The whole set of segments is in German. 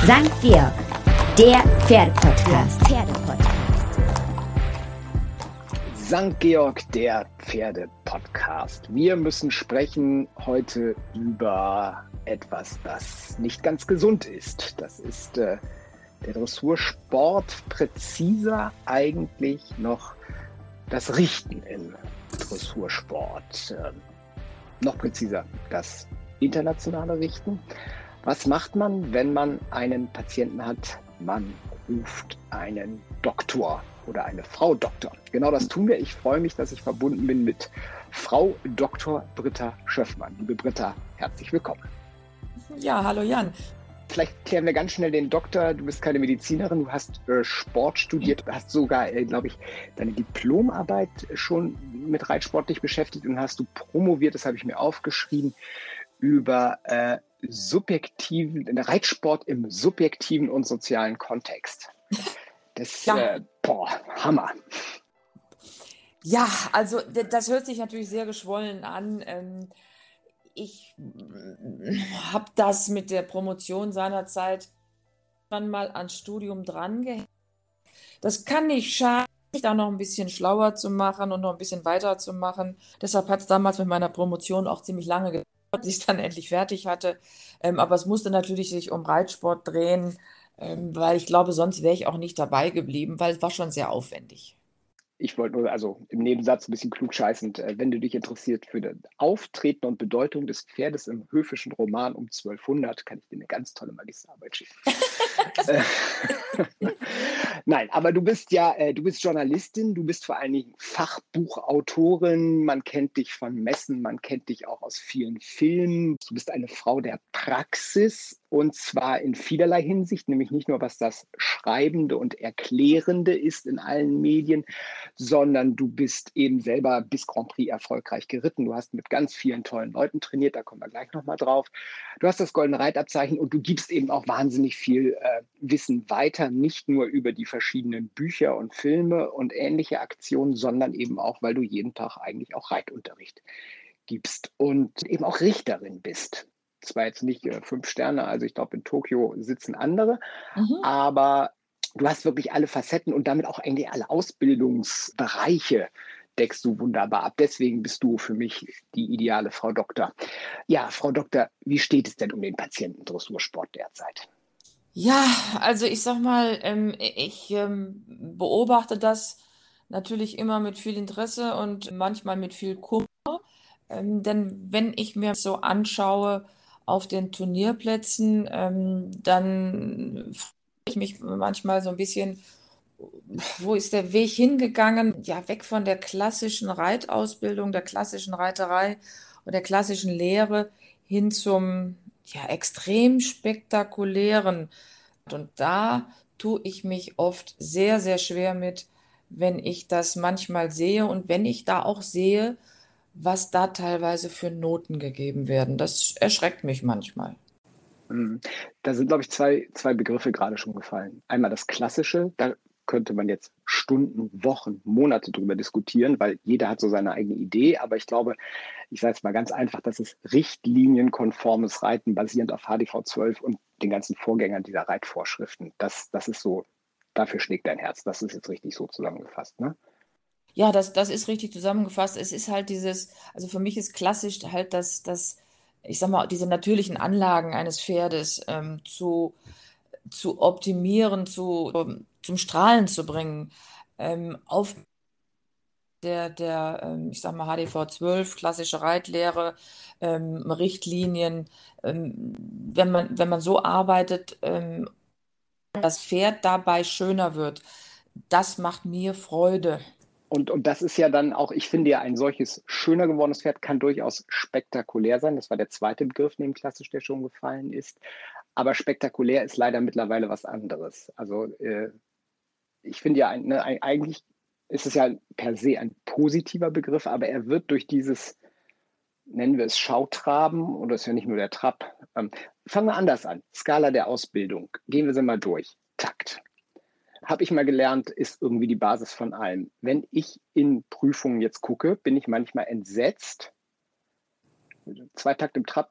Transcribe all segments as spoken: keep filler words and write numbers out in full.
Sankt Georg, der Pferdepodcast. Pferdepodcast. Sankt Georg, der Pferdepodcast. Wir müssen sprechen heute über etwas, das nicht ganz gesund ist. Das ist äh, der Dressursport, präziser eigentlich noch das Richten im Dressursport. Äh, noch präziser das internationale Richten. Was macht man, wenn man einen Patienten hat? Man ruft einen Doktor oder eine Frau Doktor. Genau das tun wir. Ich freue mich, dass ich verbunden bin mit Frau Doktor Britta Schöffmann. Liebe Britta, herzlich willkommen. Ja, hallo Jan. Vielleicht klären wir ganz schnell den Doktor. Du bist keine Medizinerin, du hast äh, Sport studiert, du hast sogar, äh, glaube ich, deine Diplomarbeit schon mit Reitsport dich beschäftigt und hast du promoviert, das habe ich mir aufgeschrieben, über äh, subjektiven, Reitsport im subjektiven und sozialen Kontext. Das, Ja. äh, boah, Hammer. Ja, also das hört sich natürlich sehr geschwollen an. Ich habe das mit der Promotion seinerzeit dann mal ans Studium drangehängt. Das kann nicht schaden, sich da noch ein bisschen schlauer zu machen und noch ein bisschen weiter zu machen. Deshalb hat es damals mit meiner Promotion auch ziemlich lange gedauert, bis ich es dann endlich fertig hatte. Ähm, aber es musste natürlich sich um Reitsport drehen, ähm, weil ich glaube, sonst wäre ich auch nicht dabei geblieben, weil es war schon sehr aufwendig. Ich wollte nur, also im Nebensatz ein bisschen klugscheißend, äh, wenn du dich interessiert für das Auftreten und Bedeutung des Pferdes im höfischen Roman um zwölfhundert, kann ich dir eine ganz tolle Magisterarbeit schicken. äh, Nein, aber du bist ja, äh, du bist Journalistin, du bist vor allen Dingen Fachbuchautorin, man kennt dich von Messen, man kennt dich auch aus vielen Filmen. Du bist eine Frau der Praxis und zwar in vielerlei Hinsicht, nämlich nicht nur was das Schreibende und Erklärende ist in allen Medien, sondern du bist eben selber bis Grand Prix erfolgreich geritten. Du hast mit ganz vielen tollen Leuten trainiert, da kommen wir gleich nochmal drauf. Du hast das Goldene Reitabzeichen und du gibst eben auch wahnsinnig viel äh, Wissen weiter, nicht nur über die verschiedenen Bücher und Filme und ähnliche Aktionen, sondern eben auch, weil du jeden Tag eigentlich auch Reitunterricht gibst und eben auch Richterin bist. Zwar jetzt nicht äh, fünf Sterne, also ich glaube in Tokio sitzen andere, Mhm. aber du hast wirklich alle Facetten und damit auch eigentlich alle Ausbildungsbereiche deckst du wunderbar ab. Deswegen bist du für mich die ideale Frau Doktor. Ja, Frau Doktor, wie steht es denn um den Patientendressursport derzeit? Ja, also ich sag mal, ähm, ich ähm, beobachte das natürlich immer mit viel Interesse und manchmal mit viel Kummer. Ähm, denn wenn ich mir so anschaue auf den Turnierplätzen, ähm, dann frage ich mich manchmal so ein bisschen, wo ist der Weg hingegangen? Ja, weg von der klassischen Reitausbildung, der klassischen Reiterei und der klassischen Lehre hin zum ja, extrem spektakulären. Und da tue ich mich oft sehr, sehr schwer mit, wenn ich das manchmal sehe und wenn ich da auch sehe, was da teilweise für Noten gegeben werden. Das erschreckt mich manchmal. Mhm. Da sind, glaube ich, zwei, zwei Begriffe gerade schon gefallen. Einmal das Klassische, da könnte man jetzt Stunden, Wochen, Monate drüber diskutieren, weil jeder hat so seine eigene Idee. Aber ich glaube, ich sage es mal ganz einfach, das ist richtlinienkonformes Reiten basierend auf H D V zwölf und den ganzen Vorgängern dieser Reitvorschriften. Das, das ist so, dafür schlägt dein Herz. Das ist jetzt richtig so zusammengefasst, ne? Ja, das, das ist richtig zusammengefasst. Es ist halt dieses, also für mich ist klassisch halt das, das, ich sag mal, diese natürlichen Anlagen eines Pferdes ähm, zu, zu optimieren, zu, um, zum Strahlen zu bringen. Ähm, auf der, der ähm, ich sag mal, H D V zwölf, klassische Reitlehre, ähm, Richtlinien, ähm, wenn man, wenn man so arbeitet, ähm, das Pferd dabei schöner wird, das macht mir Freude. Und, und das ist ja dann auch, ich finde ja, ein solches schöner gewordenes Pferd kann durchaus spektakulär sein. Das war der zweite Begriff neben klassisch, der schon gefallen ist. Aber spektakulär ist leider mittlerweile was anderes. Also äh, ich finde ja, ein, ne, eigentlich ist es ja per se ein positiver Begriff, aber er wird durch dieses, nennen wir es Schautraben, oder ist ja nicht nur der Trab. Ähm, fangen wir anders an. Skala der Ausbildung. Gehen wir sie mal durch. Takt. Habe ich mal gelernt, ist irgendwie die Basis von allem. Wenn ich in Prüfungen jetzt gucke, bin ich manchmal entsetzt. Zwei Takt im Trab, das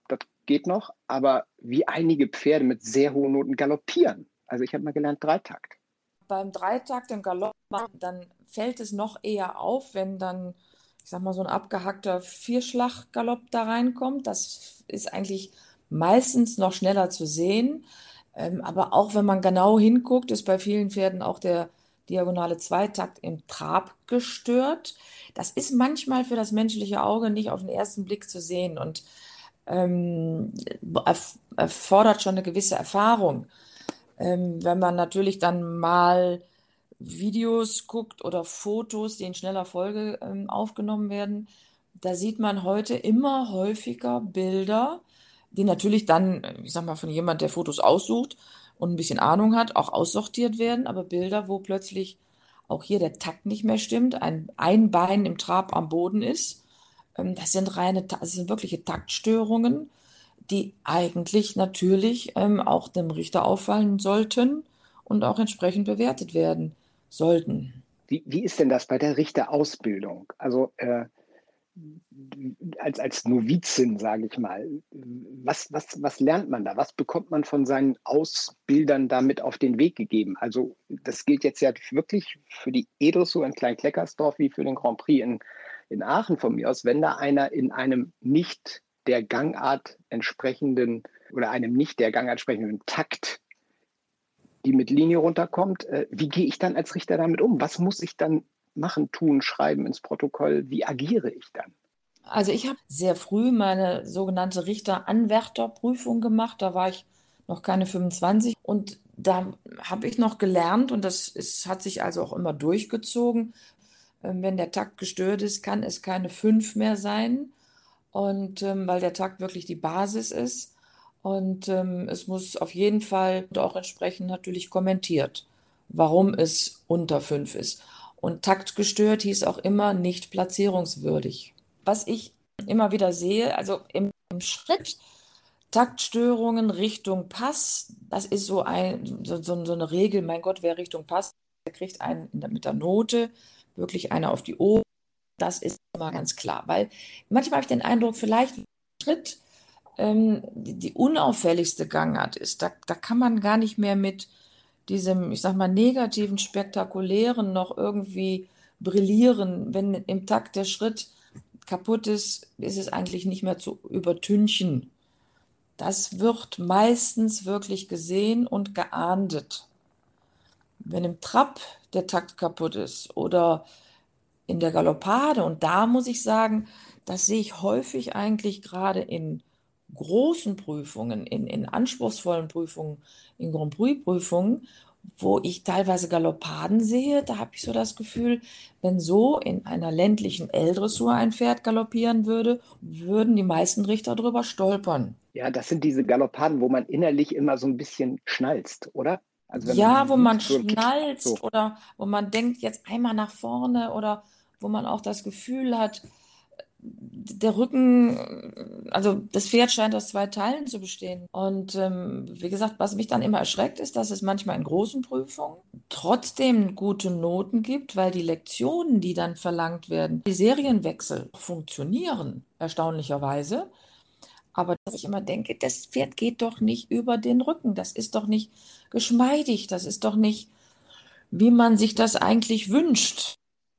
geht noch, aber wie einige Pferde mit sehr hohen Noten galoppieren. Also ich habe mal gelernt, Dreitakt. Beim Dreitakt im Galopp, dann fällt es noch eher auf, wenn dann, ich sag mal, so ein abgehackter Vierschlag-Galopp da reinkommt. Das ist eigentlich meistens noch schneller zu sehen. Ähm, aber auch wenn man genau hinguckt, ist bei vielen Pferden auch der diagonale Zweitakt im Trab gestört. Das ist manchmal für das menschliche Auge nicht auf den ersten Blick zu sehen und ähm, erf erfordert schon eine gewisse Erfahrung. Ähm, wenn man natürlich dann mal Videos guckt oder Fotos, die in schneller Folge ähm, aufgenommen werden, da sieht man heute immer häufiger Bilder, die natürlich dann, äh, ich sag mal, von jemand, der Fotos aussucht und ein bisschen Ahnung hat, auch aussortiert werden, aber Bilder, wo plötzlich auch hier der Takt nicht mehr stimmt, ein, ein Bein im Trab am Boden ist. Ähm, das sind reine, Ta- das sind wirkliche Taktstörungen, die eigentlich natürlich ähm, auch dem Richter auffallen sollten und auch entsprechend bewertet werden sollten. Wie, wie ist denn das bei der Richterausbildung? Also äh, als, als Novizin, sage ich mal, was, was, was lernt man da? Was bekommt man von seinen Ausbildern damit auf den Weg gegeben? Also das gilt jetzt ja wirklich für die E-Dressur in Klein-Kleckersdorf wie für den Grand Prix in, in Aachen von mir aus. Wenn da einer in einem nicht der Gangart entsprechenden oder einem nicht der Gangart entsprechenden Takt die mit Linie runterkommt, äh, wie gehe ich dann als Richter damit um? Was muss ich dann machen, tun, schreiben ins Protokoll? Wie agiere ich dann? Also ich habe sehr früh meine sogenannte Richteranwärterprüfung gemacht. Da war ich noch keine fünfundzwanzig und da habe ich noch gelernt und das ist, hat sich also auch immer durchgezogen. Ähm, wenn der Takt gestört ist, kann es keine fünf mehr sein und ähm, weil der Takt wirklich die Basis ist und ähm, es muss auf jeden Fall auch entsprechend natürlich kommentiert, warum es unter fünf ist. Und taktgestört hieß auch immer nicht platzierungswürdig. Was ich immer wieder sehe, also im, im Schritt, Taktstörungen Richtung Pass, das ist so, ein, so, so, so eine Regel, mein Gott, wer Richtung Pass, der kriegt einen in der- mit der Note wirklich eine auf die Ohren. Das ist immer ganz klar, weil manchmal habe ich den Eindruck, vielleicht Schritt ähm, die, die unauffälligste Gangart ist. Da, da kann man gar nicht mehr mit diesem, ich sag mal, negativen, spektakulären noch irgendwie brillieren. Wenn im Takt der Schritt kaputt ist, ist es eigentlich nicht mehr zu übertünchen. Das wird meistens wirklich gesehen und geahndet. Wenn im Trab der Takt kaputt ist oder in der Galoppade, und da muss ich sagen, das sehe ich häufig eigentlich gerade in großen Prüfungen, in, in anspruchsvollen Prüfungen, in Grand Prix-Prüfungen, wo ich teilweise Galoppaden sehe, da habe ich so das Gefühl, wenn so in einer ländlichen L-Dressur ein Pferd galoppieren würde, würden die meisten Richter drüber stolpern. Ja, das sind diese Galoppaden, wo man innerlich immer so ein bisschen schnalzt, oder? Also wenn man Ja, die wo sieht, man so, so. schnalzt oder wo man denkt, jetzt einmal nach vorne oder wo man auch das Gefühl hat, der Rücken, also das Pferd scheint aus zwei Teilen zu bestehen. Und ähm, wie gesagt, was mich dann immer erschreckt, ist, dass es manchmal in großen Prüfungen trotzdem gute Noten gibt, weil die Lektionen, die dann verlangt werden, die Serienwechsel funktionieren, erstaunlicherweise. Aber dass ich immer denke, das Pferd geht doch nicht über den Rücken. Das ist doch nicht geschmeidig. Das ist doch nicht, wie man sich das eigentlich wünscht,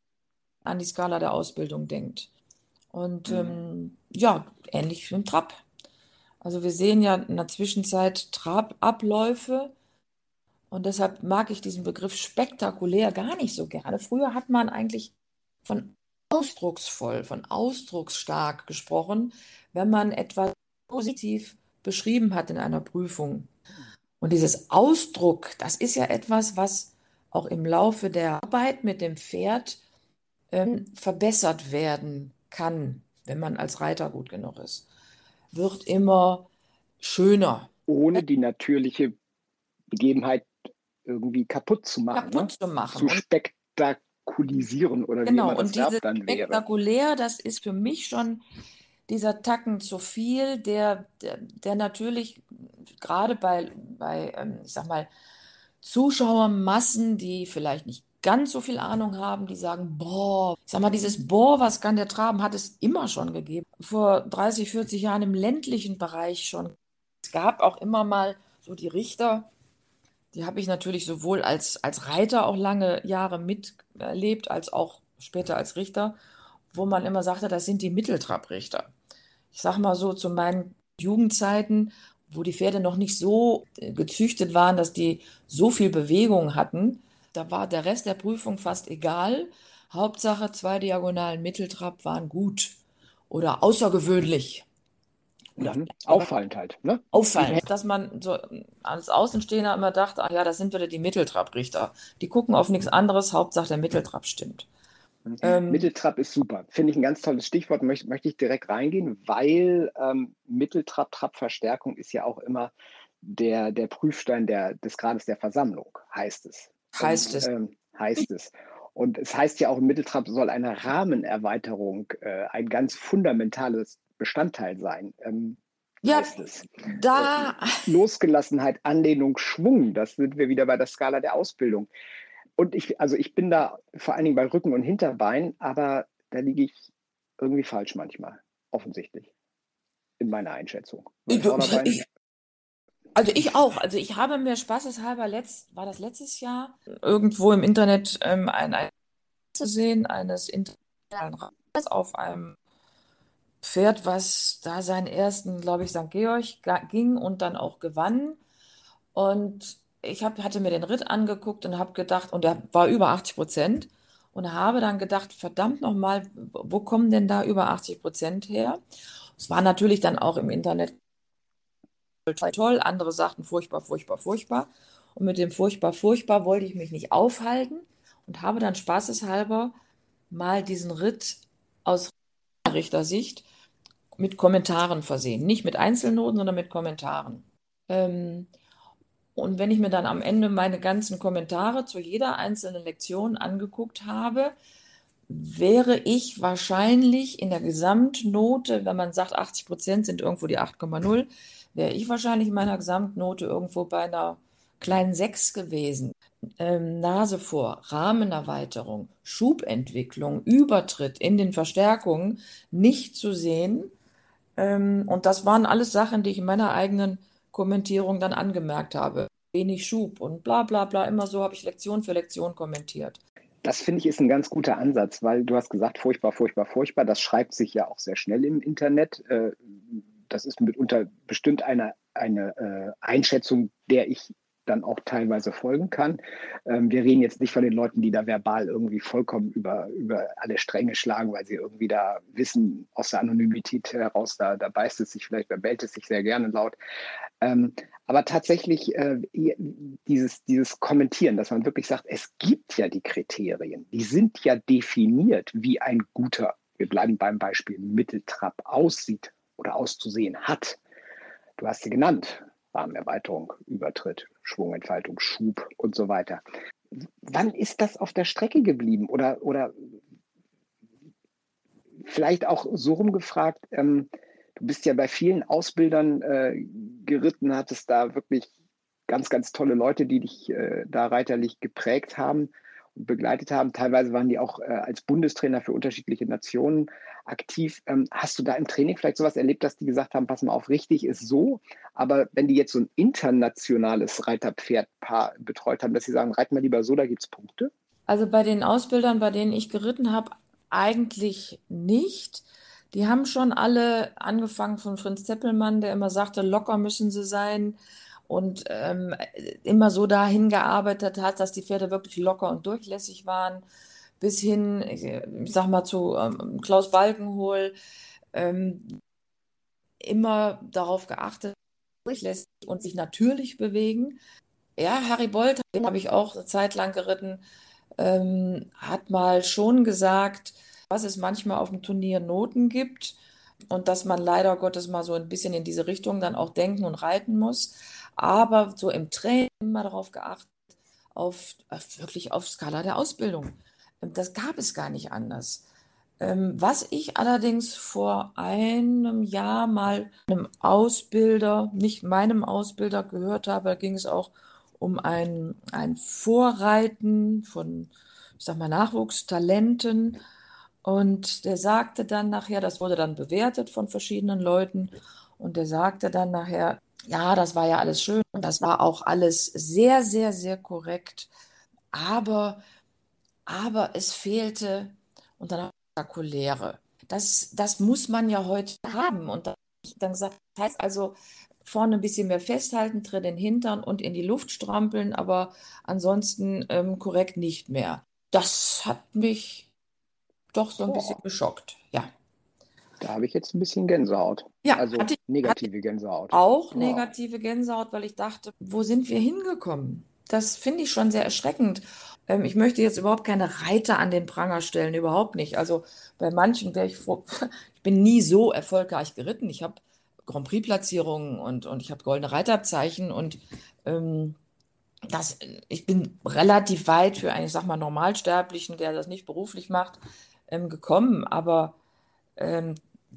an die Skala der Ausbildung denkt. Und ähm, ja, ähnlich wie im Trab. Also wir sehen ja in der Zwischenzeit Trababläufe und deshalb mag ich diesen Begriff spektakulär gar nicht so gerne. Früher hat man eigentlich von ausdrucksvoll, von ausdrucksstark gesprochen, wenn man etwas positiv beschrieben hat in einer Prüfung. Und dieses Ausdruck, das ist ja etwas, was auch im Laufe der Arbeit mit dem Pferd ähm, verbessert werden kann, wenn man als Reiter gut genug ist. Wird immer schöner, Ohne die natürliche Begebenheit irgendwie kaputt zu machen, kaputt ne? zu machen. Zu Und spektakulisieren oder wie genau, immer das und Verb dieses dann wäre. spektakulär, das ist für mich schon dieser Tacken zu viel, der, der, der natürlich gerade bei, bei ähm, ich sag mal, Zuschauermassen, die vielleicht nicht ganz so viel Ahnung haben, die sagen, boah, ich sag mal, dieses Boah, was kann der traben, hat es immer schon gegeben. Vor dreißig, vierzig Jahren im ländlichen Bereich schon. Es gab auch immer mal so die Richter, die habe ich natürlich sowohl als, als Reiter auch lange Jahre miterlebt, als auch später als Richter, wo man immer sagte, das sind die Mitteltrabrichter. Ich sag mal so, zu meinen Jugendzeiten, wo die Pferde noch nicht so äh, gezüchtet waren, dass die so viel Bewegung hatten, da war der Rest der Prüfung fast egal. Hauptsache, zwei Diagonalen Mitteltrab waren gut oder außergewöhnlich oder Mhm. vielleicht sogar Auffallend halt, ne? Wie, auffallend, dass man so ähm, als Außenstehender immer dachte, ah ja, das sind wieder die Mitteltrabrichter. Die gucken auf nichts anderes, Hauptsache der Mitteltrab stimmt. Ähm, Mitteltrab ist super. Finde ich ein ganz tolles Stichwort, möchte, möchte ich direkt reingehen, weil ähm, Mitteltrab, Trabverstärkung ist ja auch immer der, der Prüfstein der, des Grades der Versammlung, heißt es. heißt Und es. ähm, heißt es. Und es heißt ja auch, im Mitteltrab soll eine Rahmenerweiterung äh, ein ganz fundamentales Bestandteil sein, ähm, Ja, heißt es. Äh, da, Losgelassenheit, Anlehnung, Schwung, das sind wir wieder bei der Skala der Ausbildung. Und ich, also ich bin da vor allen Dingen bei Rücken und Hinterbein, aber da liege ich irgendwie falsch manchmal, offensichtlich, in meiner Einschätzung. Bei Vorderbein, ich, also ich auch. Also ich habe mir spaßeshalber letzt, war das letztes Jahr, irgendwo im Internet ähm, ein, ein zu sehen eines internationalen Reiters auf einem Pferd, was da seinen ersten, glaube ich, Sankt Georg ga- ging und dann auch gewann. Und ich hab, hatte mir den Ritt angeguckt und habe gedacht, und der war über achtzig Prozent, und habe dann gedacht, verdammt nochmal, wo kommen denn da über achtzig Prozent her? Es war natürlich dann auch im Internet toll, toll, andere sagten furchtbar, furchtbar, furchtbar. Und mit dem furchtbar, furchtbar wollte ich mich nicht aufhalten und habe dann spaßeshalber mal diesen Ritt aus Richtersicht mit Kommentaren versehen. Nicht mit Einzelnoten, sondern mit Kommentaren. Ähm, und wenn ich mir dann am Ende meine ganzen Kommentare zu jeder einzelnen Lektion angeguckt habe, wäre ich wahrscheinlich in der Gesamtnote, wenn man sagt, achtzig Prozent sind irgendwo die acht Komma null, wäre ich wahrscheinlich in meiner Gesamtnote irgendwo bei einer kleinen sechs gewesen. Ähm, Nase vor, Rahmenerweiterung, Schubentwicklung, Übertritt in den Verstärkungen nicht zu sehen. Ähm, und das waren alles Sachen, die ich in meiner eigenen Kommentierung dann angemerkt habe. Wenig Schub und bla bla bla. Immer so habe ich Lektion für Lektion kommentiert. das finde ich ist ein ganz guter Ansatz, weil du hast gesagt, furchtbar, furchtbar, furchtbar. Das schreibt sich ja auch sehr schnell im Internet. Äh, Das ist mitunter bestimmt eine, eine äh, Einschätzung, der ich dann auch teilweise folgen kann. Ähm, wir reden jetzt nicht von den Leuten, die da verbal irgendwie vollkommen über, über alle Stränge schlagen, weil sie irgendwie da wissen, aus der Anonymität heraus, da, da beißt es sich vielleicht, da bellt es sich sehr gerne laut. Ähm, aber tatsächlich äh, dieses, dieses Kommentieren, dass man wirklich sagt, es gibt ja die Kriterien, die sind ja definiert, wie ein guter, wir bleiben beim Beispiel Mitteltrab, aussieht oder auszusehen hat. Du hast sie genannt, Rahmenerweiterung, Übertritt, Schwungentfaltung, Schub und so weiter. Wann ist das auf der Strecke geblieben? Oder, oder vielleicht auch so rumgefragt, ähm, du bist ja bei vielen Ausbildern äh, geritten, hattest da wirklich ganz, ganz tolle Leute, die dich äh, da reiterlich geprägt haben und begleitet haben. Teilweise waren die auch äh, als Bundestrainer für unterschiedliche Nationen aktiv. Ähm, hast du da im Training vielleicht sowas erlebt, dass die gesagt haben, pass mal auf, richtig ist so, aber wenn die jetzt so ein internationales Reiterpferdpaar betreut haben, dass sie sagen, reit mal lieber so, da gibt es Punkte? Also bei den Ausbildern, bei denen ich geritten habe, eigentlich nicht. Die haben schon alle angefangen von Fritz Zeppelmann, der immer sagte, locker müssen sie sein und ähm, immer so dahin gearbeitet hat, dass die Pferde wirklich locker und durchlässig waren, bis hin, ich, ich sag mal, zu ähm, Klaus Balkenhol, ähm, immer darauf geachtet, durchlässig und sich natürlich bewegen. Ja, Harry Bolt, den habe ich auch eine Zeit lang geritten, ähm, hat mal schon gesagt, was es manchmal auf dem Turnier Noten gibt und dass man leider Gottes mal so ein bisschen in diese Richtung dann auch denken und reiten muss. Aber so im Training immer darauf geachtet, auf, auf wirklich auf Skala der Ausbildung. Das gab es gar nicht anders. Ähm, was ich allerdings vor einem Jahr mal einem Ausbilder, nicht meinem Ausbilder gehört habe, da ging es auch um ein, ein Vorreiten von, ich sag mal, Nachwuchstalenten. Und der sagte dann nachher, das wurde dann bewertet von verschiedenen Leuten, und der sagte dann nachher, ja, das war ja alles schön und das war auch alles sehr, sehr, sehr korrekt, aber, aber es fehlte, und dann auch das Spektakuläre. Das, das muss man ja heute haben. Und dann, dann gesagt, das heißt also, vorne ein bisschen mehr festhalten, Tritt in den Hintern und in die Luft strampeln, aber ansonsten ähm, korrekt nicht mehr. Das hat mich doch so ein bisschen Boah, geschockt. Ja, da habe ich jetzt ein bisschen Gänsehaut. ja, Also hatte ich, hatte ich negative Gänsehaut. auch Ja. negative Gänsehaut, weil ich dachte, wo sind wir hingekommen? Das finde ich schon sehr erschreckend. Ähm, ich möchte jetzt überhaupt keine Reiter an den Pranger stellen, überhaupt nicht. Also bei manchen wäre ich froh. Ich bin nie so erfolgreich geritten. Ich habe Grand Prix-Platzierungen und, und ich habe goldene Reiterabzeichen und ähm, das, ich bin relativ weit für einen, ich sag mal, Normalsterblichen, der das nicht beruflich macht, ähm, gekommen. Aber ähm,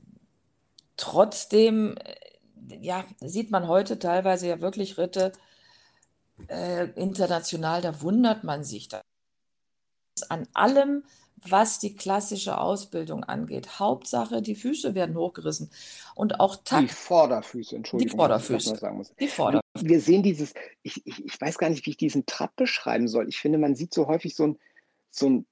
trotzdem, äh, ja, sieht man heute teilweise ja wirklich Ritte äh, international, da wundert man sich da an allem, was die klassische Ausbildung angeht. Hauptsache, die Füße werden hochgerissen und auch Die Takt, Vorderfüße, die Entschuldigung, dass, dass man Vorderfüße, das sagen muss. die Wir, Vorder. wir sehen dieses, ich, ich, ich weiß gar nicht, wie ich diesen Trab beschreiben soll. Ich finde, man sieht so häufig so ein, so ein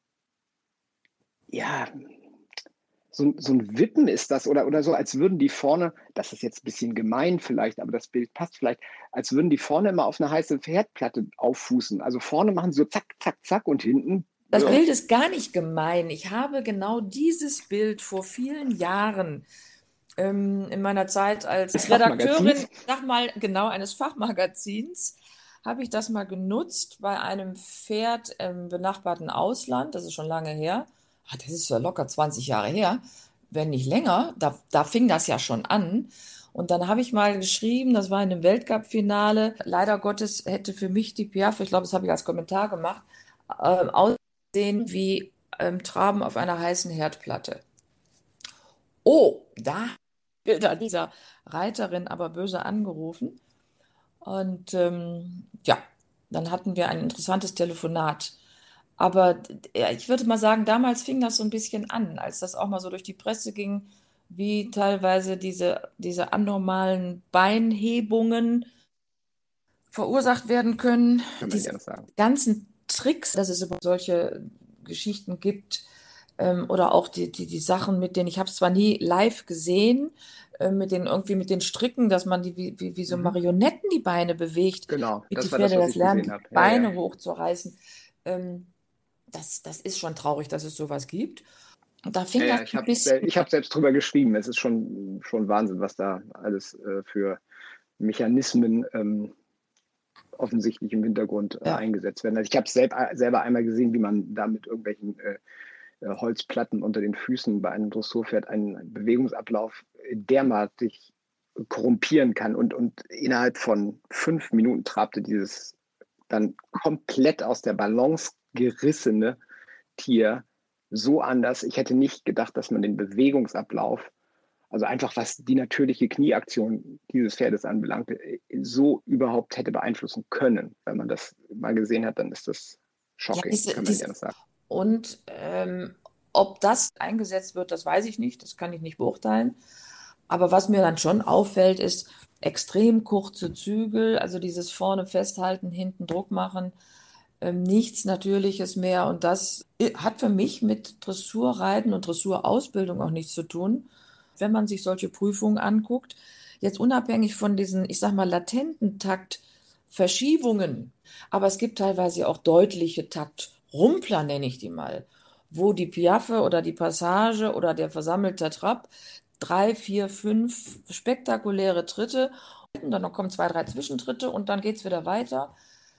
ja, so, ein- so ein Wippen ist das oder, oder so, als würden die vorne, das ist jetzt ein bisschen gemein vielleicht, aber das Bild passt vielleicht, als würden die vorne immer auf eine heiße Herdplatte auffußen. Also vorne machen sie so zack, zack, zack und hinten, Das ja, Bild ist gar nicht gemein. Ich habe genau dieses Bild vor vielen Jahren ähm, in meiner Zeit als des Redakteurin, Fachmagazins. sag mal genau, eines Fachmagazins, habe ich das mal genutzt bei einem Pferd im benachbarten Ausland. Das ist schon lange her. Ah, das ist ja locker zwanzig Jahre her, wenn nicht länger. Da, da fing das ja schon an. Und dann habe ich mal geschrieben, das war in einem Weltcup-Finale. Leider Gottes hätte für mich die Piaffe, ich glaube, das habe ich als Kommentar gemacht, ähm, aussehen wie ähm, Traben auf einer heißen Herdplatte. Oh, da Bilder dieser Reiterin aber böse angerufen. Und ähm, ja, dann hatten wir ein interessantes Telefonat. Aber ja, ich würde mal sagen, damals fing das so ein bisschen an, als das auch mal so durch die Presse ging, wie teilweise diese, diese anormalen Beinhebungen verursacht werden können. Kann man Diese ja sagen. ganzen Tricks, dass es über solche Geschichten gibt, ähm, oder auch die, die, die Sachen mit denen, ich habe es zwar nie live gesehen, äh, mit den irgendwie mit den Stricken, dass man die wie, wie, wie so Mhm. Marionetten die Beine bewegt, Genau, damit die das war das, Pferde was das ich lernen, gesehen die habe. Ja, ja. Beine hochzureißen. Ähm, das, das ist schon traurig, dass es sowas gibt. Und da Ja, fing das ja, ich ein habe bisschen ich hab selbst drüber geschrieben. Es ist schon, schon Wahnsinn, was da alles äh, für Mechanismen ähm, offensichtlich im Hintergrund äh, ja, eingesetzt werden. Also ich habe selber, selber einmal gesehen, wie man da mit irgendwelchen äh, äh, Holzplatten unter den Füßen bei einem Dressurpferd einen Bewegungsablauf derartig korrumpieren kann. Und, und innerhalb von fünf Minuten trabte dieses dann komplett aus der Balance gerissene Tier so anders. Ich hätte nicht gedacht, dass man den Bewegungsablauf, also einfach was die natürliche Knieaktion dieses Pferdes anbelangt, so überhaupt hätte beeinflussen können. Wenn man das mal gesehen hat, dann ist das ja, shocking, diese, kann man nicht diese, anders sagen. und ähm, ob das eingesetzt wird, das weiß ich nicht, das kann ich nicht beurteilen. Aber was mir dann schon auffällt, ist extrem kurze Zügel, also dieses vorne festhalten, hinten Druck machen, ähm, nichts Natürliches mehr. Und das i- hat für mich mit Dressurreiten und Dressurausbildung auch nichts zu tun. Wenn man sich solche Prüfungen anguckt, jetzt unabhängig von diesen, ich sag mal, latenten Taktverschiebungen, aber es gibt teilweise auch deutliche Taktrumpler, nenne ich die mal, wo die Piaffe oder die Passage oder der versammelte Trab drei, vier, fünf spektakuläre Tritte, und dann kommen zwei, drei Zwischentritte und dann geht es wieder weiter.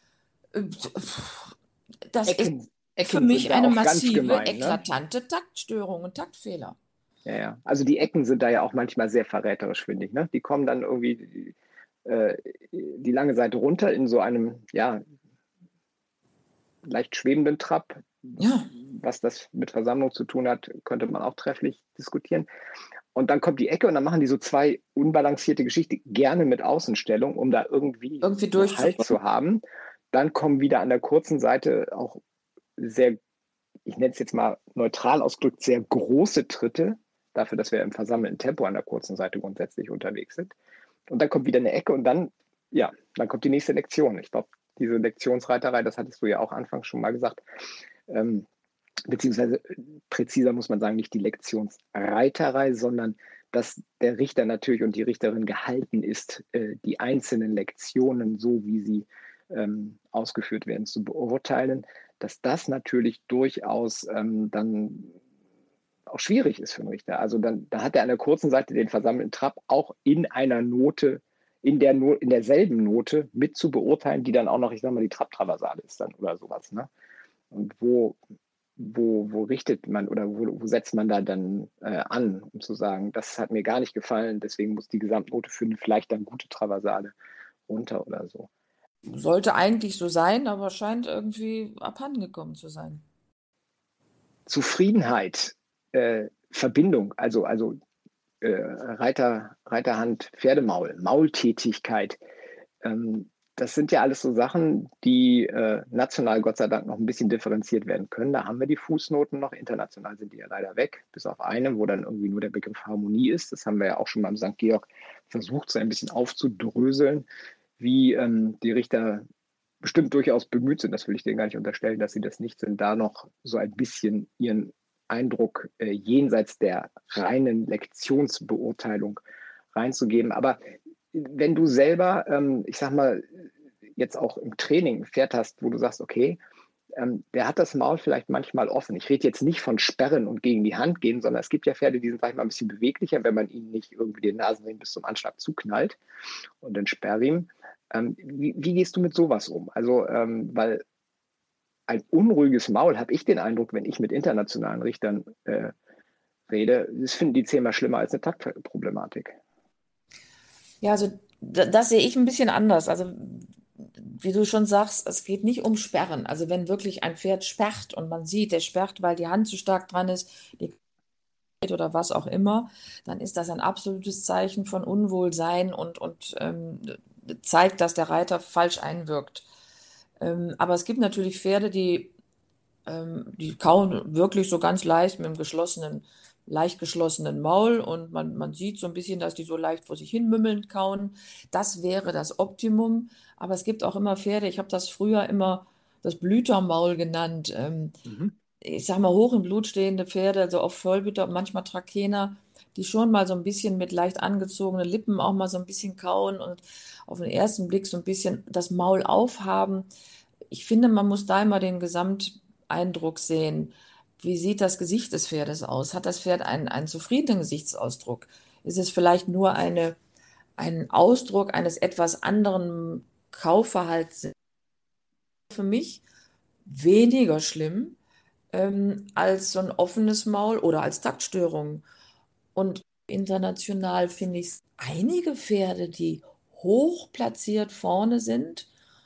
Das ist Ecken, für Ecken sind mich da eine auch ganz massive, gemein, ne? eklatante Taktstörung und Taktfehler. Ja, ja. Also die Ecken sind da ja auch manchmal sehr verräterisch, finde ich. Ne? Die kommen dann irgendwie äh, die lange Seite runter in so einem, ja, leicht schwebenden Trab. Ja, Was das mit Versammlung zu tun hat, könnte man auch trefflich diskutieren. Und dann kommt die Ecke und dann machen die so zwei unbalancierte Geschichten, gerne mit Außenstellung, um da irgendwie irgendwie noch Halt durchzukommen. zu haben. dann kommen wieder an der kurzen Seite auch sehr, ich nenne es jetzt mal neutral ausgedrückt, sehr große Tritte, dafür, dass wir im versammelten Tempo an der kurzen Seite grundsätzlich unterwegs sind. Und dann kommt wieder eine Ecke und dann, ja, dann kommt die nächste Lektion. Ich glaube, diese Lektionsreiterei, das hattest du ja auch anfangs schon mal gesagt, ähm, beziehungsweise präziser muss man sagen, nicht die Lektionsreiterei, sondern dass der Richter natürlich und die Richterin gehalten ist, äh, die einzelnen Lektionen, so wie sie ähm, ausgeführt werden, zu beurteilen, dass das natürlich durchaus ähm, dann auch schwierig ist für einen Richter. Also dann, da hat er an der kurzen Seite den versammelten Trab auch in einer Note, in, der no in derselben Note mit zu beurteilen, die dann auch noch, ich sage mal, die Trab-Traversale ist dann oder sowas. Ne? Und wo, wo, wo richtet man oder wo, wo setzt man da dann äh, an, um zu sagen, das hat mir gar nicht gefallen, deswegen muss die Gesamtnote für eine vielleicht dann gute Traversale runter oder so. Sollte eigentlich so sein, aber scheint irgendwie abhandengekommen zu sein. Zufriedenheit, äh, Verbindung, also, also äh, Reiter, Reiterhand, Pferdemaul, Maultätigkeit, ähm, das sind ja alles so Sachen, die äh, national Gott sei Dank noch ein bisschen differenziert werden können. Da haben wir die Fußnoten noch, international sind die ja leider weg, bis auf eine, wo dann irgendwie nur der Begriff Harmonie ist. Das haben wir ja auch schon beim Sankt Georg versucht, so ein bisschen aufzudröseln, wie ähm, die Richter bestimmt durchaus bemüht sind, das will ich denen gar nicht unterstellen, dass sie das nicht sind, da noch so ein bisschen ihren Eindruck äh, jenseits der reinen Lektionsbeurteilung reinzugeben. Aber wenn du selber, ähm, ich sag mal, jetzt auch im Training ein Pferd hast, wo du sagst, okay, ähm, der hat das Maul vielleicht manchmal offen. Ich rede jetzt nicht von Sperren und gegen die Hand gehen, sondern es gibt ja Pferde, die sind vielleicht mal ein bisschen beweglicher, wenn man ihnen nicht irgendwie den Nasenring bis zum Anschlag zuknallt und den Sperrriemen. Ähm, wie, wie gehst du mit sowas um? Also, ähm, weil ein unruhiges Maul, habe ich den Eindruck, wenn ich mit internationalen Richtern äh, rede, das finden die zehnmal schlimmer als eine Taktproblematik. Ja, also da- das sehe ich ein bisschen anders. Also wie du schon sagst, es geht nicht um Sperren. Also wenn wirklich ein Pferd sperrt und man sieht, der sperrt, weil die Hand zu stark dran ist, die oder was auch immer, dann ist das ein absolutes Zeichen von Unwohlsein und, und ähm, zeigt, dass der Reiter falsch einwirkt. Ähm, aber es gibt natürlich Pferde, die, ähm, die kauen wirklich so ganz leicht mit einem geschlossenen, leicht geschlossenen Maul und man, man sieht so ein bisschen, dass die so leicht vor sich hin mümmelnd kauen. Das wäre das Optimum. Aber es gibt auch immer Pferde, ich habe das früher immer das Blütermaul genannt. Ähm, Mhm. ich sag mal, hoch im Blut stehende Pferde, also auch Vollblüter, manchmal Trakehner, die schon mal so ein bisschen mit leicht angezogenen Lippen auch mal so ein bisschen kauen und auf den ersten Blick so ein bisschen das Maul aufhaben. Ich finde, man muss da immer den Gesamteindruck sehen. Wie sieht das Gesicht des Pferdes aus? Hat das Pferd einen, einen zufriedenen Gesichtsausdruck? Ist es vielleicht nur eine, ein Ausdruck eines etwas anderen Kaufverhalts? Für mich weniger schlimm ähm, als so ein offenes Maul oder als Taktstörung. Und international finde ich einige Pferde, die hoch platziert vorne sind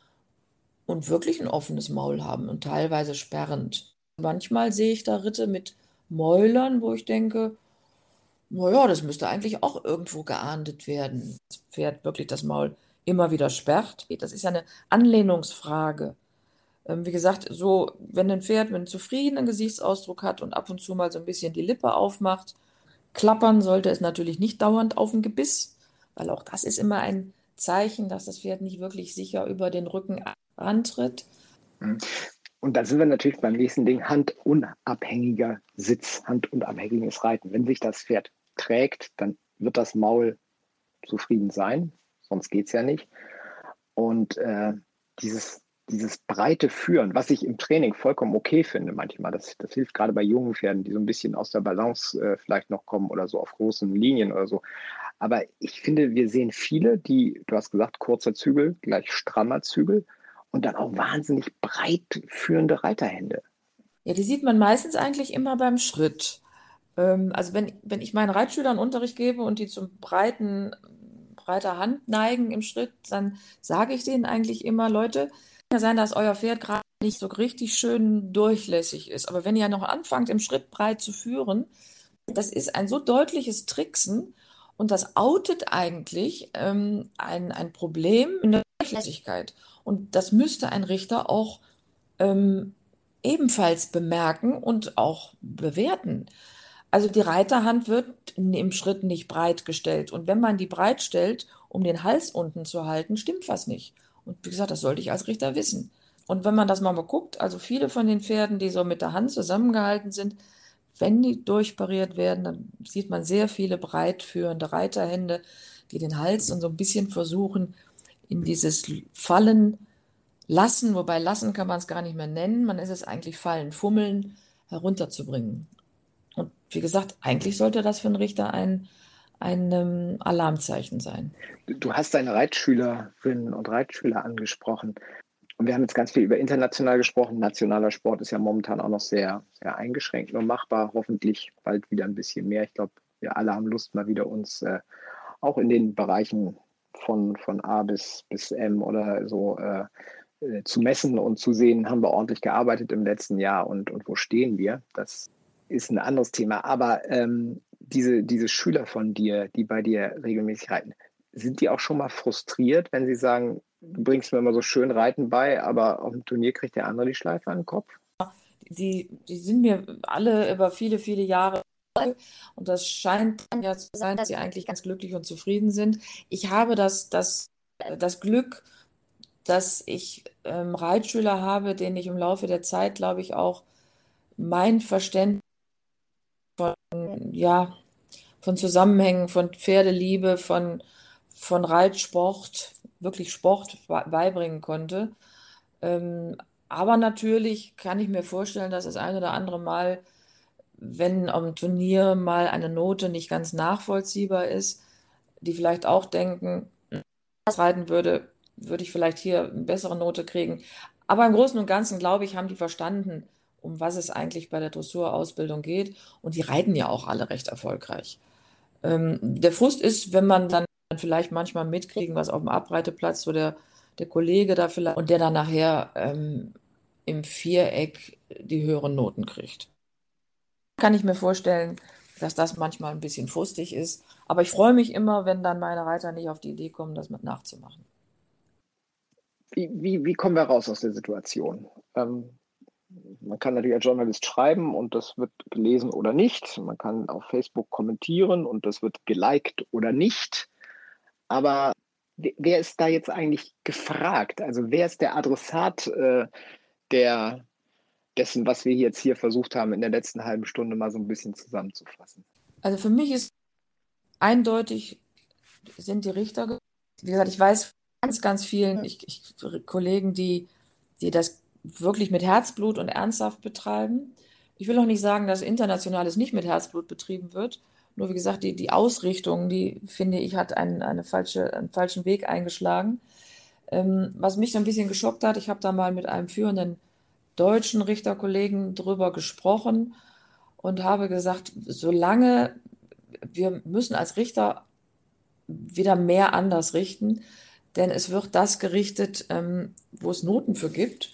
und wirklich ein offenes Maul haben und teilweise sperrend. Manchmal sehe ich da Ritte mit Mäulern, wo ich denke, naja, das müsste eigentlich auch irgendwo geahndet werden. Das Pferd wirklich das Maul immer wieder sperrt. Das ist ja eine Anlehnungsfrage. Ähm, wie gesagt, so, wenn ein Pferd einen zufriedenen Gesichtsausdruck hat und ab und zu mal so ein bisschen die Lippe aufmacht, klappern sollte es natürlich nicht dauernd auf dem Gebiss, weil auch das ist immer ein Zeichen, dass das Pferd nicht wirklich sicher über den Rücken antritt. Und da sind wir natürlich beim nächsten Ding, handunabhängiger Sitz, handunabhängiges Reiten. Wenn sich das Pferd trägt, dann wird das Maul zufrieden sein, sonst geht es ja nicht. Und äh, dieses, dieses breite Führen, was ich im Training vollkommen okay finde manchmal, das, das hilft gerade bei jungen Pferden, die so ein bisschen aus der Balance äh, vielleicht noch kommen oder so auf großen Linien oder so. Aber ich finde, wir sehen viele, die, du hast gesagt, kurzer Zügel gleich strammer Zügel und dann auch wahnsinnig breit führende Reiterhände. Ja, die sieht man meistens eigentlich immer beim Schritt. Ähm, also wenn, wenn ich meinen Reitschülern Unterricht gebe und die zum breiten, breiter Hand neigen im Schritt, dann sage ich denen eigentlich immer, Leute, kann ja sein, dass euer Pferd gerade nicht so richtig schön durchlässig ist. Aber wenn ihr noch anfangt, im Schritt breit zu führen, das ist ein so deutliches Tricksen und das outet eigentlich ähm, ein, ein Problem in der Durchlässigkeit. Und das müsste ein Richter auch ähm, ebenfalls bemerken und auch bewerten. Also die Reiterhand wird im Schritt nicht breit gestellt. Und wenn man die breit stellt, um den Hals unten zu halten, stimmt was nicht. Und wie gesagt, das sollte ich als Richter wissen. Und wenn man das mal, mal guckt, also viele von den Pferden, die so mit der Hand zusammengehalten sind, wenn die durchpariert werden, dann sieht man sehr viele breit führende Reiterhände, die den Hals und so ein bisschen versuchen, in dieses Fallen lassen, wobei lassen kann man es gar nicht mehr nennen, man ist es eigentlich fallen, fummeln, herunterzubringen. Und wie gesagt, eigentlich sollte das für einen Richter ein, ein ähm, Alarmzeichen sein. Du hast deine Reitschülerinnen und Reitschüler angesprochen. Und wir haben jetzt ganz viel über international gesprochen. Nationaler Sport ist ja momentan auch noch sehr, sehr eingeschränkt nur machbar. Hoffentlich bald wieder ein bisschen mehr. Ich glaube, wir alle haben Lust, mal wieder uns äh, auch in den Bereichen von, von A bis, bis M oder so äh, äh, zu messen und zu sehen, haben wir ordentlich gearbeitet im letzten Jahr und, und wo stehen wir. Das ist ein anderes Thema. Aber ähm, diese, diese Schüler von dir, die bei dir regelmäßig reiten, sind die auch schon mal frustriert, wenn sie sagen, du bringst mir immer so schön Reiten bei, aber auf dem Turnier kriegt der andere die Schleife an den Kopf? Die, die sind mir alle über viele, viele Jahre und das scheint ja zu sein, dass sie eigentlich ganz glücklich und zufrieden sind. Ich habe das, das, das Glück, dass ich ähm, Reitschüler habe, denen ich im Laufe der Zeit, glaube ich, auch mein Verständnis von, ja, von Zusammenhängen, von Pferdeliebe, von, von Reitsport, wirklich Sport beibringen konnte. Ähm, aber natürlich kann ich mir vorstellen, dass das ein oder andere Mal, wenn am Turnier mal eine Note nicht ganz nachvollziehbar ist, die vielleicht auch denken, wenn ich das reiten würde, würde ich vielleicht hier eine bessere Note kriegen. Aber im Großen und Ganzen, glaube ich, haben die verstanden, um was es eigentlich bei der Dressurausbildung geht. Und die reiten ja auch alle recht erfolgreich. Ähm, der Frust ist, wenn man dann vielleicht manchmal mitkriegen, was auf dem Abreiteplatz so der, der Kollege da vielleicht und der dann nachher ähm, im Viereck die höheren Noten kriegt. Kann ich mir vorstellen, dass das manchmal ein bisschen frustig ist. Aber ich freue mich immer, wenn dann meine Reiter nicht auf die Idee kommen, das mit nachzumachen. Wie, wie, wie kommen wir raus aus der Situation? Ähm, man kann natürlich als Journalist schreiben und das wird gelesen oder nicht. Man kann auf Facebook kommentieren und das wird geliked oder nicht. Aber wer ist da jetzt eigentlich gefragt? Also wer ist der Adressat äh, der, dessen, was wir jetzt hier versucht haben, in der letzten halben Stunde mal so ein bisschen zusammenzufassen? Also für mich ist eindeutig, sind die Richter, wie gesagt, ich weiß ganz, ganz vielen ich, ich, Kollegen, die, die das wirklich mit Herzblut und ernsthaft betreiben. Ich will auch nicht sagen, dass Internationales nicht mit Herzblut betrieben wird. Nur wie gesagt, die, die Ausrichtung, die finde ich, hat einen, eine falsche, einen falschen Weg eingeschlagen. Ähm, was mich so ein bisschen geschockt hat, ich habe da mal mit einem führenden deutschen Richterkollegen drüber gesprochen und habe gesagt, solange wir müssen als Richter wieder mehr anders richten, denn es wird das gerichtet, ähm, wo es Noten für gibt.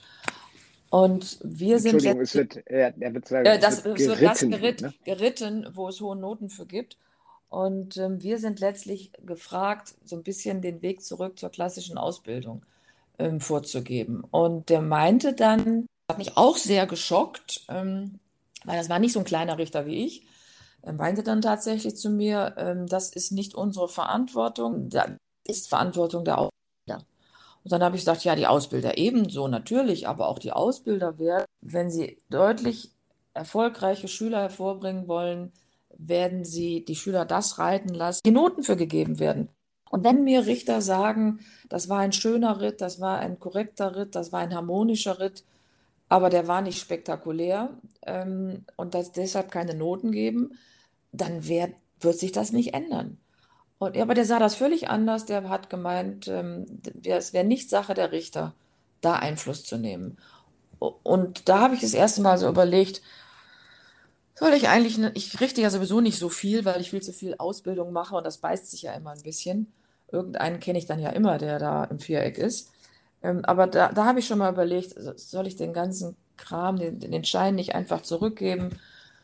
Und wir sind Entschuldigung, es wird, er, er wird sagen, äh, es das, wird es wird das geritten, geritt, ne? geritten, wo es hohe Noten für gibt. Und ähm, wir sind letztlich gefragt, so ein bisschen den Weg zurück zur klassischen Ausbildung ähm, vorzugeben. Und der meinte dann, hat mich auch sehr geschockt, ähm, weil das war nicht so ein kleiner Richter wie ich, er meinte dann tatsächlich zu mir, ähm, das ist nicht unsere Verantwortung, das ist Verantwortung der Ausbilder. Und dann habe ich gesagt, ja, die Ausbilder ebenso natürlich, aber auch die Ausbilder werden, wenn sie deutlich erfolgreiche Schüler hervorbringen wollen, werden sie die Schüler das reiten lassen, die Noten für gegeben werden. Und wenn mir Richter sagen, das war ein schöner Ritt, das war ein korrekter Ritt, das war ein harmonischer Ritt, aber der war nicht spektakulär ähm, und das deshalb keine Noten geben, dann werd, wird sich das nicht ändern. Und, ja, aber der sah das völlig anders. Der hat gemeint, ähm, der- es wäre nicht Sache der Richter, da Einfluss zu nehmen. O- Und da habe ich das erste Mal so überlegt, soll ich eigentlich, ne, ich richte ja sowieso nicht so viel, weil ich viel zu viel Ausbildung mache und das beißt sich ja immer ein bisschen. Irgendeinen kenne ich dann ja immer, der da im Viereck ist. Ähm, aber da, da habe ich schon mal überlegt, so- soll ich den ganzen Kram, den, den Schein nicht einfach zurückgeben,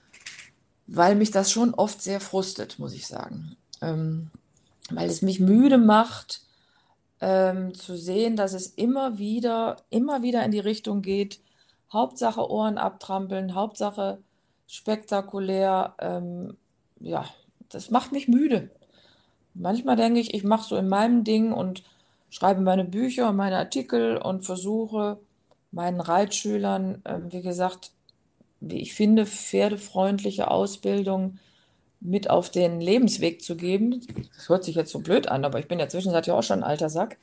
weil mich das schon oft sehr frustet, muss ich sagen. Ähm, weil es mich müde macht, ähm, zu sehen, dass es immer wieder, immer wieder in die Richtung geht, Hauptsache Ohren abtrampeln, Hauptsache spektakulär. Ähm, ja, das macht mich müde. Manchmal denke ich, ich mache so in meinem Ding und schreibe meine Bücher und meine Artikel und versuche meinen Reitschülern, ähm, wie gesagt, wie ich finde, pferdefreundliche Ausbildung mit auf den Lebensweg zu geben. Das hört sich jetzt so blöd an, aber ich bin ja zwischenzeitlich auch schon ein alter Sack.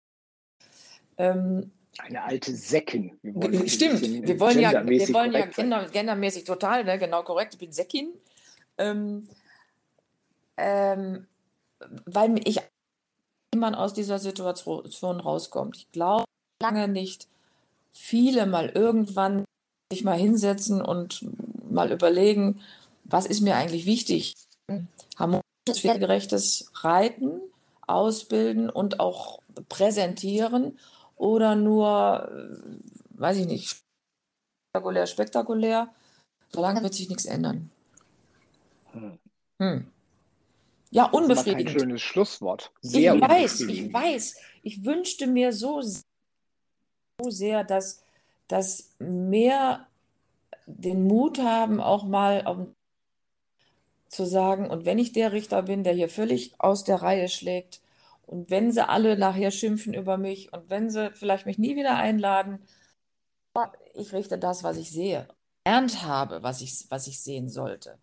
Ähm, Eine alte Säckin. Wir wollen Ge- das ein Stimmt, bisschen wir äh, wollen ja, wir gendermäßig wollen ja korrekt sein. gender, gendermäßig total, ne, genau korrekt, ich bin Säckin, ähm, ähm, weil ich, wie man aus dieser Situation rauskommt. Ich glaube lange nicht, viele mal irgendwann sich mal hinsetzen und mal überlegen, was ist mir eigentlich wichtig? Harmonisches, pflegegerechtes Reiten, ausbilden und auch präsentieren oder nur, äh, weiß ich nicht, spektakulär, spektakulär. Solange wird sich nichts ändern. Hm. Hm. Ja, Das ist aber kein unbefriedigend. schönes Schlusswort. Ich Sehr weiß, ich unbefriedigend. weiß. Ich wünschte mir so, so sehr, dass, dass mehr den Mut haben, auch mal auf, zu sagen, und wenn ich der Richter bin, der hier völlig aus der Reihe schlägt, und wenn sie alle nachher schimpfen über mich, und wenn sie vielleicht mich nie wieder einladen, ich richte das, was ich sehe, gelernt habe, was ich, was ich sehen sollte.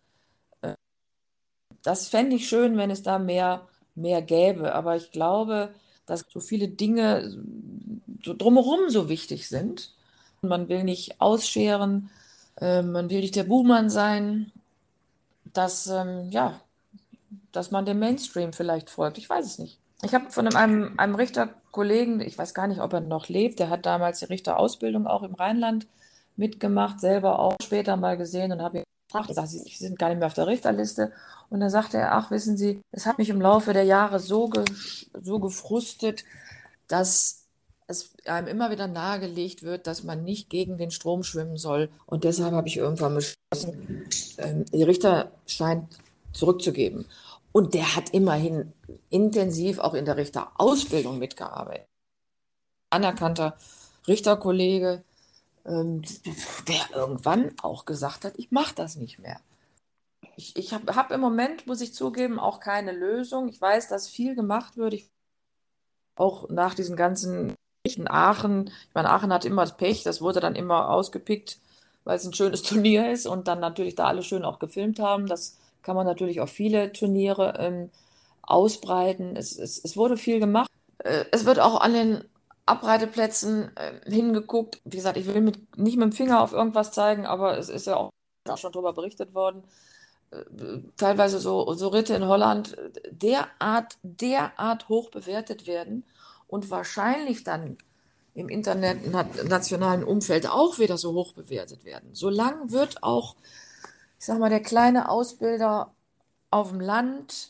Das fände ich schön, wenn es da mehr, mehr gäbe. Aber ich glaube, dass so viele Dinge so drumherum so wichtig sind. Man will nicht ausscheren, äh, man will nicht der Buhmann sein, dass, ähm, ja, dass man dem Mainstream vielleicht folgt. Ich weiß es nicht. Ich habe von einem, einem Richterkollegen, ich weiß gar nicht, ob er noch lebt, der hat damals die Richterausbildung auch im Rheinland mitgemacht, selber auch später mal gesehen und habe ihn gefragt, ich sag, Sie sind gar nicht mehr auf der Richterliste. Und dann sagte er, ach, wissen Sie, es hat mich im Laufe der Jahre so, ge so gefrustet, dass es einem immer wieder nahegelegt wird, dass man nicht gegen den Strom schwimmen soll. Und deshalb habe ich irgendwann beschlossen, ähm, den Richterschein zurückzugeben. Und der hat immerhin intensiv auch in der Richterausbildung mitgearbeitet. Anerkannter Richterkollege, ähm, der irgendwann auch gesagt hat, ich mache das nicht mehr. Ich, ich habe hab im Moment, muss ich zugeben, auch keine Lösung. Ich weiß, dass viel gemacht wird. Ich, auch nach diesen ganzen in Aachen, ich meine, Aachen hat immer das Pech, das wurde dann immer ausgepickt, weil es ein schönes Turnier ist und dann natürlich da alle schön auch gefilmt haben. Das kann man natürlich auf viele Turniere ähm, ausbreiten. Es, es, es wurde viel gemacht. Äh, es wird auch an den Abreiteplätzen äh, hingeguckt. Wie gesagt, ich will mit, nicht mit dem Finger auf irgendwas zeigen, aber es ist ja auch schon darüber berichtet worden. Äh, teilweise so, so Ritte in Holland äh, derart, derart hoch bewertet werden und wahrscheinlich dann im internationalen Umfeld auch wieder so hoch bewertet werden. Solange wird auch, ich sag mal, der kleine Ausbilder auf dem Land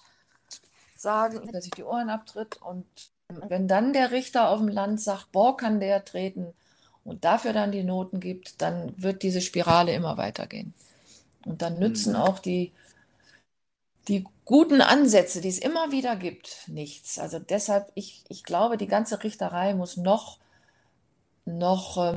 sagen, dass sich die Ohren abtritt. Und wenn dann der Richter auf dem Land sagt, boah, kann der treten und dafür dann die Noten gibt, dann wird diese Spirale immer weitergehen. Und dann nützen auch die, die guten Ansätze, die es immer wieder gibt, nichts. Also deshalb, ich, ich glaube, die ganze Richterei muss noch, noch ähm,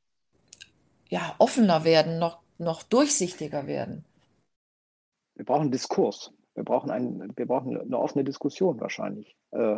ja, offener werden, noch, noch durchsichtiger werden. Wir brauchen Diskurs. Wir brauchen, ein, wir brauchen eine offene Diskussion wahrscheinlich. Äh,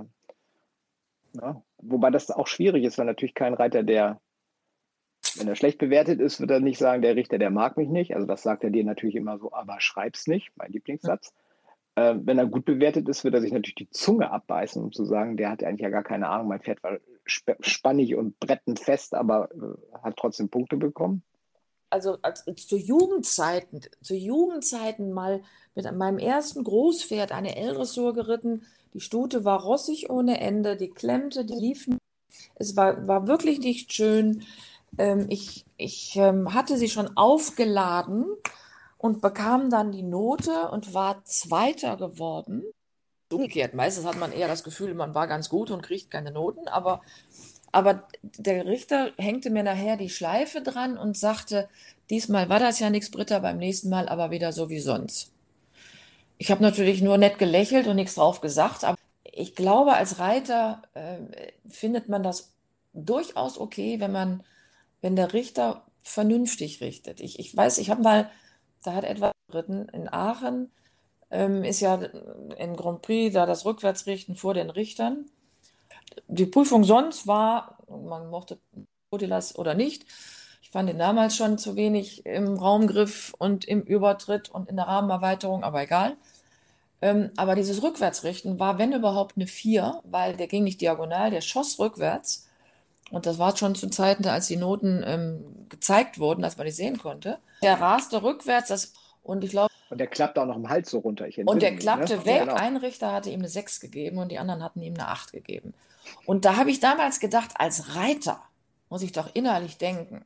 ja. Wobei das auch schwierig ist, weil natürlich kein Reiter, der, wenn er schlecht bewertet ist, wird er nicht sagen, der Richter, der mag mich nicht. Also das sagt er dir natürlich immer so, aber schreib's nicht, mein Lieblingssatz. Äh, wenn er gut bewertet ist, wird er sich natürlich die Zunge abbeißen, um zu sagen, der hat eigentlich ja gar keine Ahnung, mein Pferd war sp spannig und brettend fest, aber äh, hat trotzdem Punkte bekommen. Also als, zu Jugendzeiten, zu Jugendzeiten mal mit meinem ersten Großpferd eine L-Dressur geritten. Die Stute war rossig ohne Ende, die klemmte, die lief nicht. Es war, war wirklich nicht schön. Ähm, ich ich ähm, hatte sie schon aufgeladen und bekam dann die Note und war Zweiter geworden. Umgekehrt, meistens hat man eher das Gefühl, man war ganz gut und kriegt keine Noten, aber Aber der Richter hängte mir nachher die Schleife dran und sagte, diesmal war das ja nichts, Britta, beim nächsten Mal aber wieder so wie sonst. Ich habe natürlich nur nett gelächelt und nichts drauf gesagt, aber ich glaube, als Reiter äh, findet man das durchaus okay, wenn man, wenn der Richter vernünftig richtet. Ich, ich weiß, ich habe mal, da hat etwas geritten in Aachen, ähm, ist ja in Grand Prix da das Rückwärtsrichten vor den Richtern. Die Prüfung sonst war, man mochte Kotilas oder nicht, ich fand ihn damals schon zu wenig im Raumgriff und im Übertritt und in der Rahmenerweiterung, aber egal. Ähm, aber dieses Rückwärtsrichten war, wenn überhaupt, eine vier, weil der ging nicht diagonal, der schoss rückwärts. Und das war schon zu Zeiten, als die Noten ähm, gezeigt wurden, dass man die sehen konnte. Der raste rückwärts, das, und ich glaube. Und der klappte auch noch im Hals so runter. Ich Und der mich, klappte ne? weg. Ja, genau. Ein Richter hatte ihm eine sechs gegeben und die anderen hatten ihm eine acht gegeben. Und da habe ich damals gedacht, als Reiter muss ich doch innerlich denken,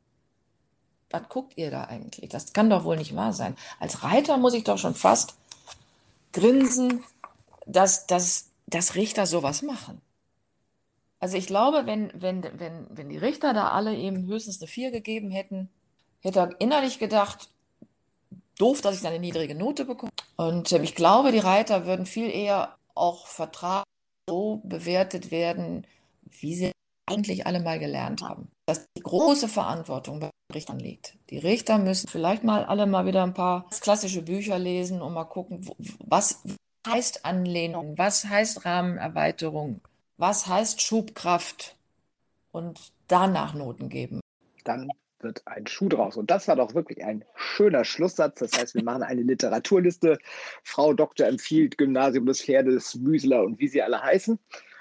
was guckt ihr da eigentlich? Das kann doch wohl nicht wahr sein. Als Reiter muss ich doch schon fast grinsen, dass, dass, dass Richter sowas machen. Also ich glaube, wenn, wenn, wenn, wenn die Richter da alle ihm höchstens eine vier gegeben hätten, hätte er innerlich gedacht, doof, dass ich da eine niedrige Note bekomme. Und äh, ich glaube, die Reiter würden viel eher auch vertragen so bewertet werden, wie sie eigentlich alle mal gelernt haben. Dass die große Verantwortung bei den Richtern liegt. Die Richter müssen vielleicht mal alle mal wieder ein paar klassische Bücher lesen und mal gucken, was heißt Anlehnung, was heißt Rahmenerweiterung, was heißt Schubkraft und danach Noten geben. Dann wird ein Schuh draus. Und das war doch wirklich ein schöner Schlusssatz. Das heißt, wir machen eine Literaturliste. Frau Doktor empfiehlt Gymnasium des Pferdes, Müseler und wie sie alle heißen.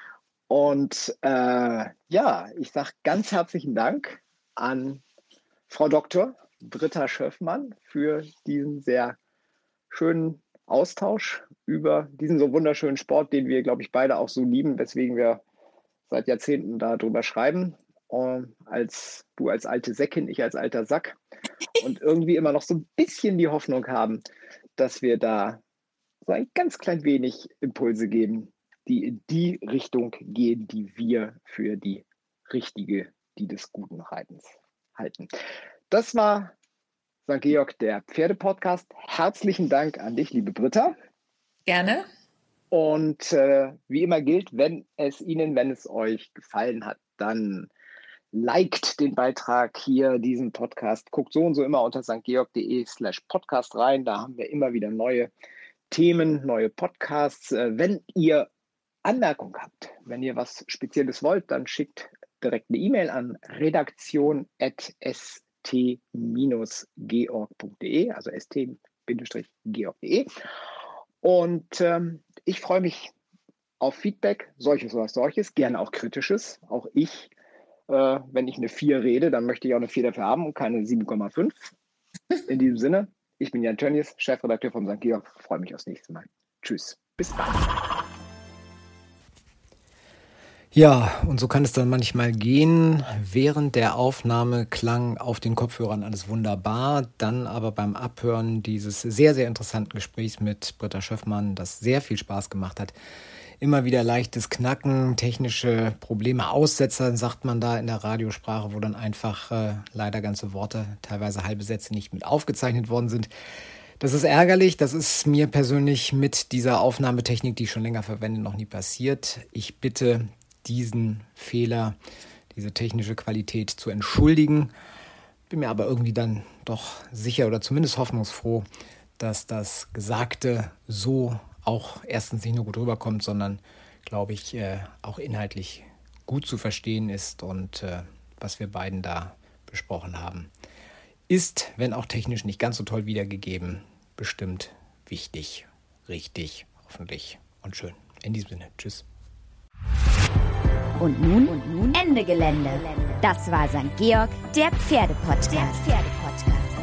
Und äh, ja, ich sage ganz herzlichen Dank an Frau Doktor Britta Schöffmann für diesen sehr schönen Austausch über diesen so wunderschönen Sport, den wir, glaube ich, beide auch so lieben, weswegen wir seit Jahrzehnten darüber schreiben. Um, als du als alte Säckin, ich als alter Sack. Und irgendwie immer noch so ein bisschen die Hoffnung haben, dass wir da so ein ganz klein wenig Impulse geben, die in die Richtung gehen, die wir für die richtige, die des guten Reitens halten. Das war Sankt Georg, der Pferdepodcast. Herzlichen Dank an dich, liebe Britta. Gerne. Und äh, wie immer gilt, wenn es Ihnen, wenn es euch gefallen hat, dann liked den Beitrag hier, diesen Podcast. Guckt so und so immer unter stgeorg.de slash podcast rein. Da haben wir immer wieder neue Themen, neue Podcasts. Äh, wenn ihr Anmerkungen habt, wenn ihr was Spezielles wollt, dann schickt direkt eine E-Mail an redaktion at st georg punkt de, also st georg punkt de. Und ähm, ich freue mich auf Feedback, solches oder solches, gerne auch kritisches. Auch ich, äh, wenn ich eine vier rede, dann möchte ich auch eine vier dafür haben und keine sieben Komma fünf. In diesem Sinne, ich bin Jan Tönnies, Chefredakteur von Sankt Georg. Freue mich aufs nächste Mal. Tschüss, bis bald. Ja, und so kann es dann manchmal gehen. Während der Aufnahme klang auf den Kopfhörern alles wunderbar. Dann aber beim Abhören dieses sehr, sehr interessanten Gesprächs mit Britta Schöffmann, das sehr viel Spaß gemacht hat, immer wieder leichtes Knacken, technische Probleme, Aussetzer, sagt man da in der Radiosprache, wo dann einfach äh, leider ganze Worte, teilweise halbe Sätze nicht mit aufgezeichnet worden sind. Das ist ärgerlich, das ist mir persönlich mit dieser Aufnahmetechnik, die ich schon länger verwende, noch nie passiert. Ich bitte, diesen Fehler, diese technische Qualität zu entschuldigen. Bin mir aber irgendwie dann doch sicher oder zumindest hoffnungsfroh, dass das Gesagte so auch erstens nicht nur gut rüberkommt, sondern, glaube ich, äh, auch inhaltlich gut zu verstehen ist. Und äh, was wir beiden da besprochen haben, ist, wenn auch technisch nicht ganz so toll wiedergegeben, bestimmt wichtig, richtig, hoffentlich und schön. In diesem Sinne, tschüss. Und nun, und nun Ende Gelände. Das war Sankt Georg, der Pferdepodcast. Der Pferdepodcast.